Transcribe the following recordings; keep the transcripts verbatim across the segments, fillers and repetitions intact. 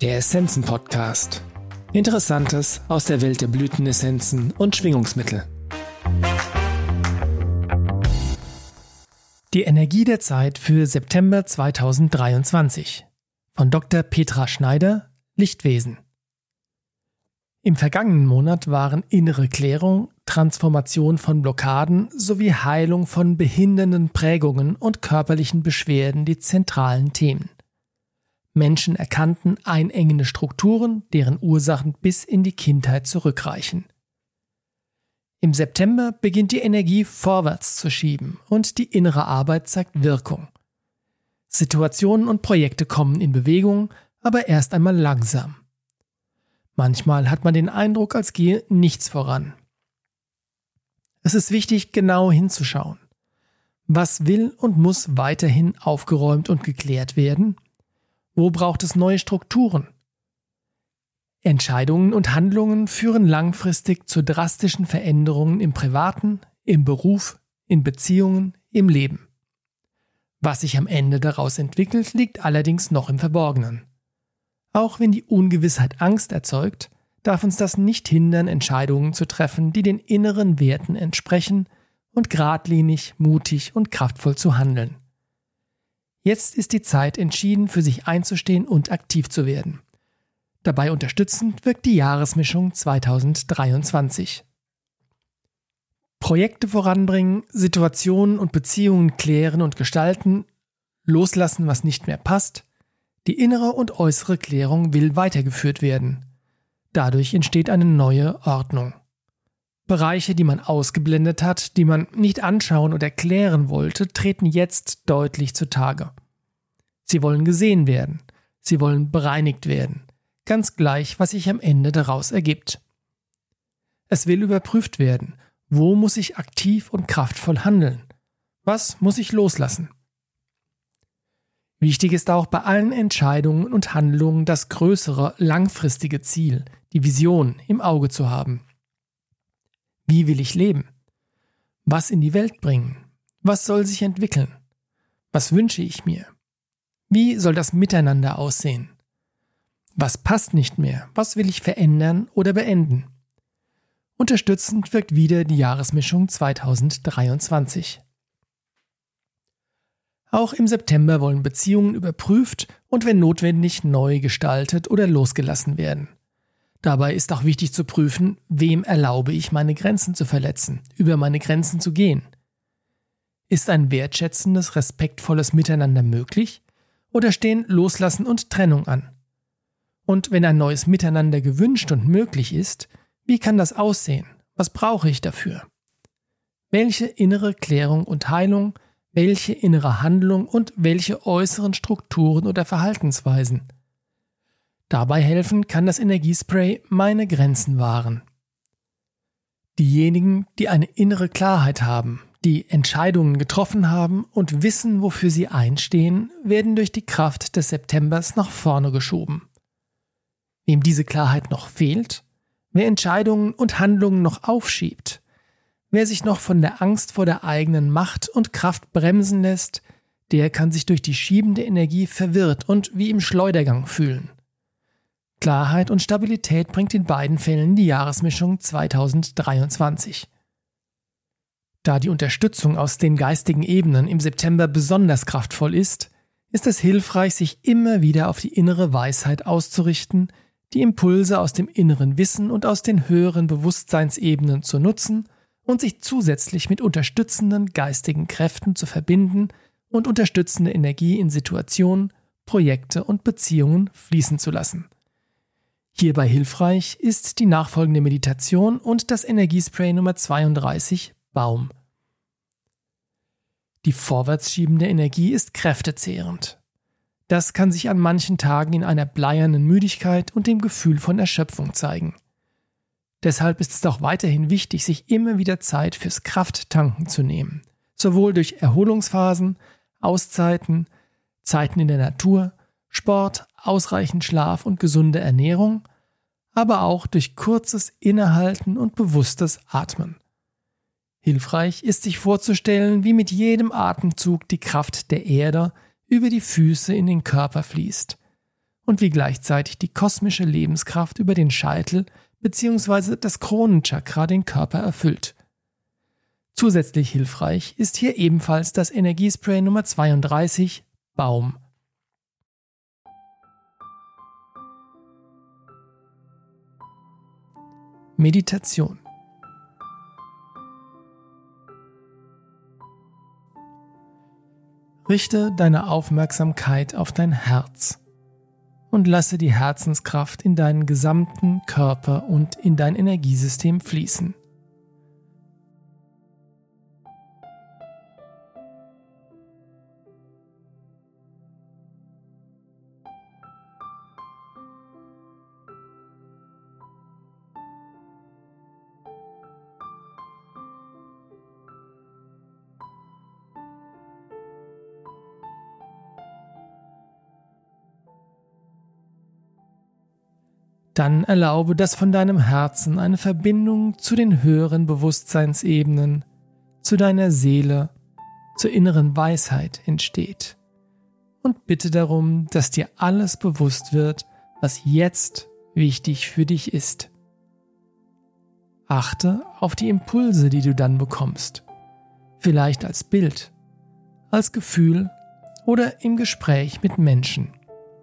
Der Essenzen-Podcast. Interessantes aus der Welt der Blütenessenzen und Schwingungsmittel. Die Energie der Zeit für September zweitausenddreiundzwanzig von Doktor Petra Schneider, Lichtwesen. Im vergangenen Monat waren innere Klärung, Transformation von Blockaden sowie Heilung von behindernden Prägungen und körperlichen Beschwerden die zentralen Themen. Menschen erkannten einengende Strukturen, deren Ursachen bis in die Kindheit zurückreichen. Im September beginnt die Energie vorwärts zu schieben und die innere Arbeit zeigt Wirkung. Situationen und Projekte kommen in Bewegung, aber erst einmal langsam. Manchmal hat man den Eindruck, als gehe nichts voran. Es ist wichtig, genau hinzuschauen. Was will und muss weiterhin aufgeräumt und geklärt werden? Wo braucht es neue Strukturen? Entscheidungen und Handlungen führen langfristig zu drastischen Veränderungen im Privaten, im Beruf, in Beziehungen, im Leben. Was sich am Ende daraus entwickelt, liegt allerdings noch im Verborgenen. Auch wenn die Ungewissheit Angst erzeugt, darf uns das nicht hindern, Entscheidungen zu treffen, die den inneren Werten entsprechen und geradlinig, mutig und kraftvoll zu handeln. Jetzt ist die Zeit, entschieden für sich einzustehen und aktiv zu werden. Dabei unterstützend wirkt die Jahresmischung zweitausenddreiundzwanzig. Projekte voranbringen, Situationen und Beziehungen klären und gestalten, loslassen, was nicht mehr passt. Die innere und äußere Klärung will weitergeführt werden. Dadurch entsteht eine neue Ordnung. Bereiche, die man ausgeblendet hat, die man nicht anschauen oder klären wollte, treten jetzt deutlich zutage. Sie wollen gesehen werden, sie wollen bereinigt werden, ganz gleich, was sich am Ende daraus ergibt. Es will überprüft werden, wo muss ich aktiv und kraftvoll handeln, was muss ich loslassen. Wichtig ist auch bei allen Entscheidungen und Handlungen das größere, langfristige Ziel, die Vision im Auge zu haben. Wie will ich leben? Was in die Welt bringen? Was soll sich entwickeln? Was wünsche ich mir? Wie soll das Miteinander aussehen? Was passt nicht mehr? Was will ich verändern oder beenden? Unterstützend wirkt wieder die Jahresmischung zweitausenddreiundzwanzig. Auch im September wollen Beziehungen überprüft und wenn notwendig neu gestaltet oder losgelassen werden. Dabei ist auch wichtig zu prüfen, wem erlaube ich meine Grenzen zu verletzen, über meine Grenzen zu gehen. Ist ein wertschätzendes, respektvolles Miteinander möglich oder stehen Loslassen und Trennung an? Und wenn ein neues Miteinander gewünscht und möglich ist, wie kann das aussehen? Was brauche ich dafür? Welche innere Klärung und Heilung, welche innere Handlung und welche äußeren Strukturen oder Verhaltensweisen? Dabei helfen kann das Energiespray Meine Grenzen wahren. Diejenigen, die eine innere Klarheit haben, die Entscheidungen getroffen haben und wissen, wofür sie einstehen, werden durch die Kraft des Septembers nach vorne geschoben. Wem diese Klarheit noch fehlt, wer Entscheidungen und Handlungen noch aufschiebt, wer sich noch von der Angst vor der eigenen Macht und Kraft bremsen lässt, der kann sich durch die schiebende Energie verwirrt und wie im Schleudergang fühlen. Klarheit und Stabilität bringt in beiden Fällen die Jahresmischung zweitausenddreiundzwanzig. Da die Unterstützung aus den geistigen Ebenen im September besonders kraftvoll ist, ist es hilfreich, sich immer wieder auf die innere Weisheit auszurichten, die Impulse aus dem inneren Wissen und aus den höheren Bewusstseinsebenen zu nutzen und sich zusätzlich mit unterstützenden geistigen Kräften zu verbinden und unterstützende Energie in Situationen, Projekte und Beziehungen fließen zu lassen. Hierbei hilfreich ist die nachfolgende Meditation und das Energiespray Nummer zweiunddreißig, Baum. Die vorwärtsschiebende Energie ist kräftezehrend. Das kann sich an manchen Tagen in einer bleiernen Müdigkeit und dem Gefühl von Erschöpfung zeigen. Deshalb ist es auch weiterhin wichtig, sich immer wieder Zeit fürs Krafttanken zu nehmen, sowohl durch Erholungsphasen, Auszeiten, Zeiten in der Natur, Sport, ausreichend Schlaf und gesunde Ernährung, aber auch durch kurzes Innehalten und bewusstes Atmen. Hilfreich ist sich vorzustellen, wie mit jedem Atemzug die Kraft der Erde über die Füße in den Körper fließt und wie gleichzeitig die kosmische Lebenskraft über den Scheitel bzw. das Kronenchakra den Körper erfüllt. Zusätzlich hilfreich ist hier ebenfalls das Energiespray Nummer zweiunddreißig, Baum. Meditation. Richte deine Aufmerksamkeit auf dein Herz und lasse die Herzenskraft in deinen gesamten Körper und in dein Energiesystem fließen. Dann erlaube, dass von deinem Herzen eine Verbindung zu den höheren Bewusstseinsebenen, zu deiner Seele, zur inneren Weisheit entsteht. Und bitte darum, dass dir alles bewusst wird, was jetzt wichtig für dich ist. Achte auf die Impulse, die du dann bekommst, vielleicht als Bild, als Gefühl oder im Gespräch mit Menschen.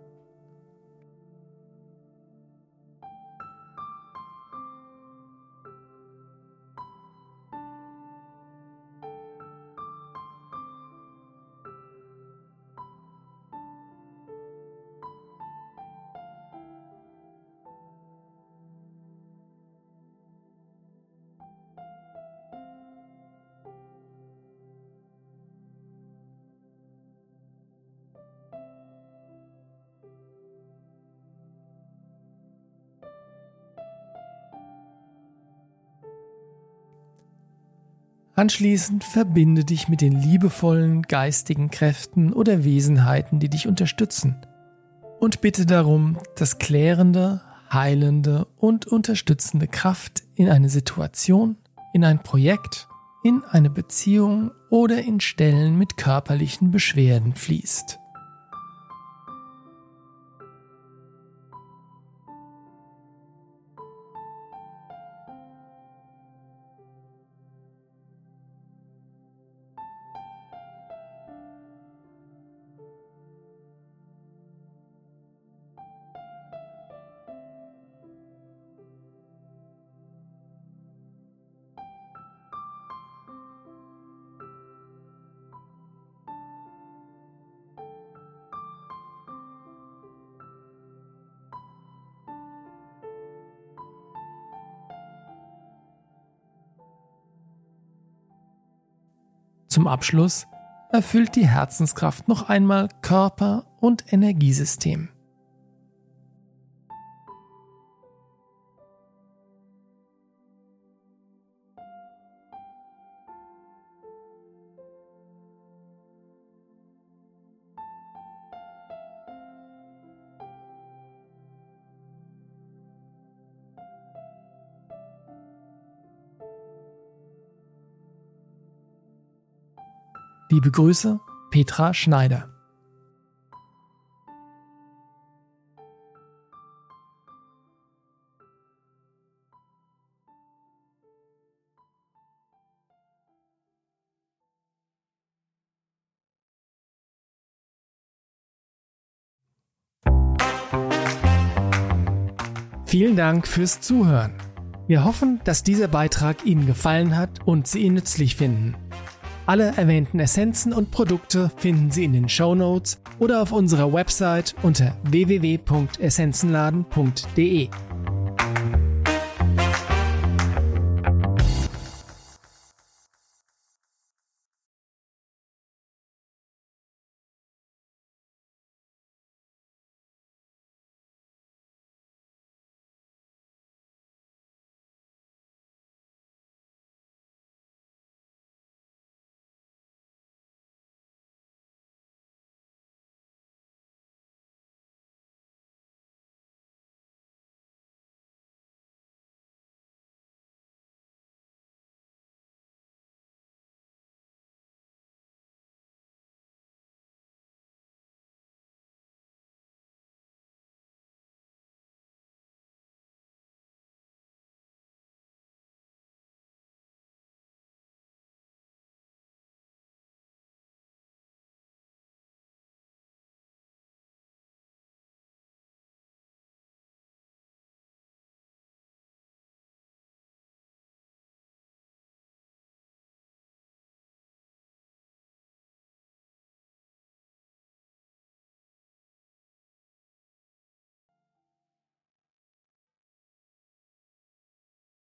Anschließend verbinde dich mit den liebevollen geistigen Kräften oder Wesenheiten, die dich unterstützen, und bitte darum, dass klärende, heilende und unterstützende Kraft in eine Situation, in ein Projekt, in eine Beziehung oder in Stellen mit körperlichen Beschwerden fließt. Zum Abschluss erfüllt die Herzenskraft noch einmal Körper und Energiesystem. Liebe Grüße, Petra Schneider. Vielen Dank fürs Zuhören. Wir hoffen, dass dieser Beitrag Ihnen gefallen hat und Sie ihn nützlich finden. Alle erwähnten Essenzen und Produkte finden Sie in den Shownotes oder auf unserer Website unter w w w punkt essenzenladen punkt d e.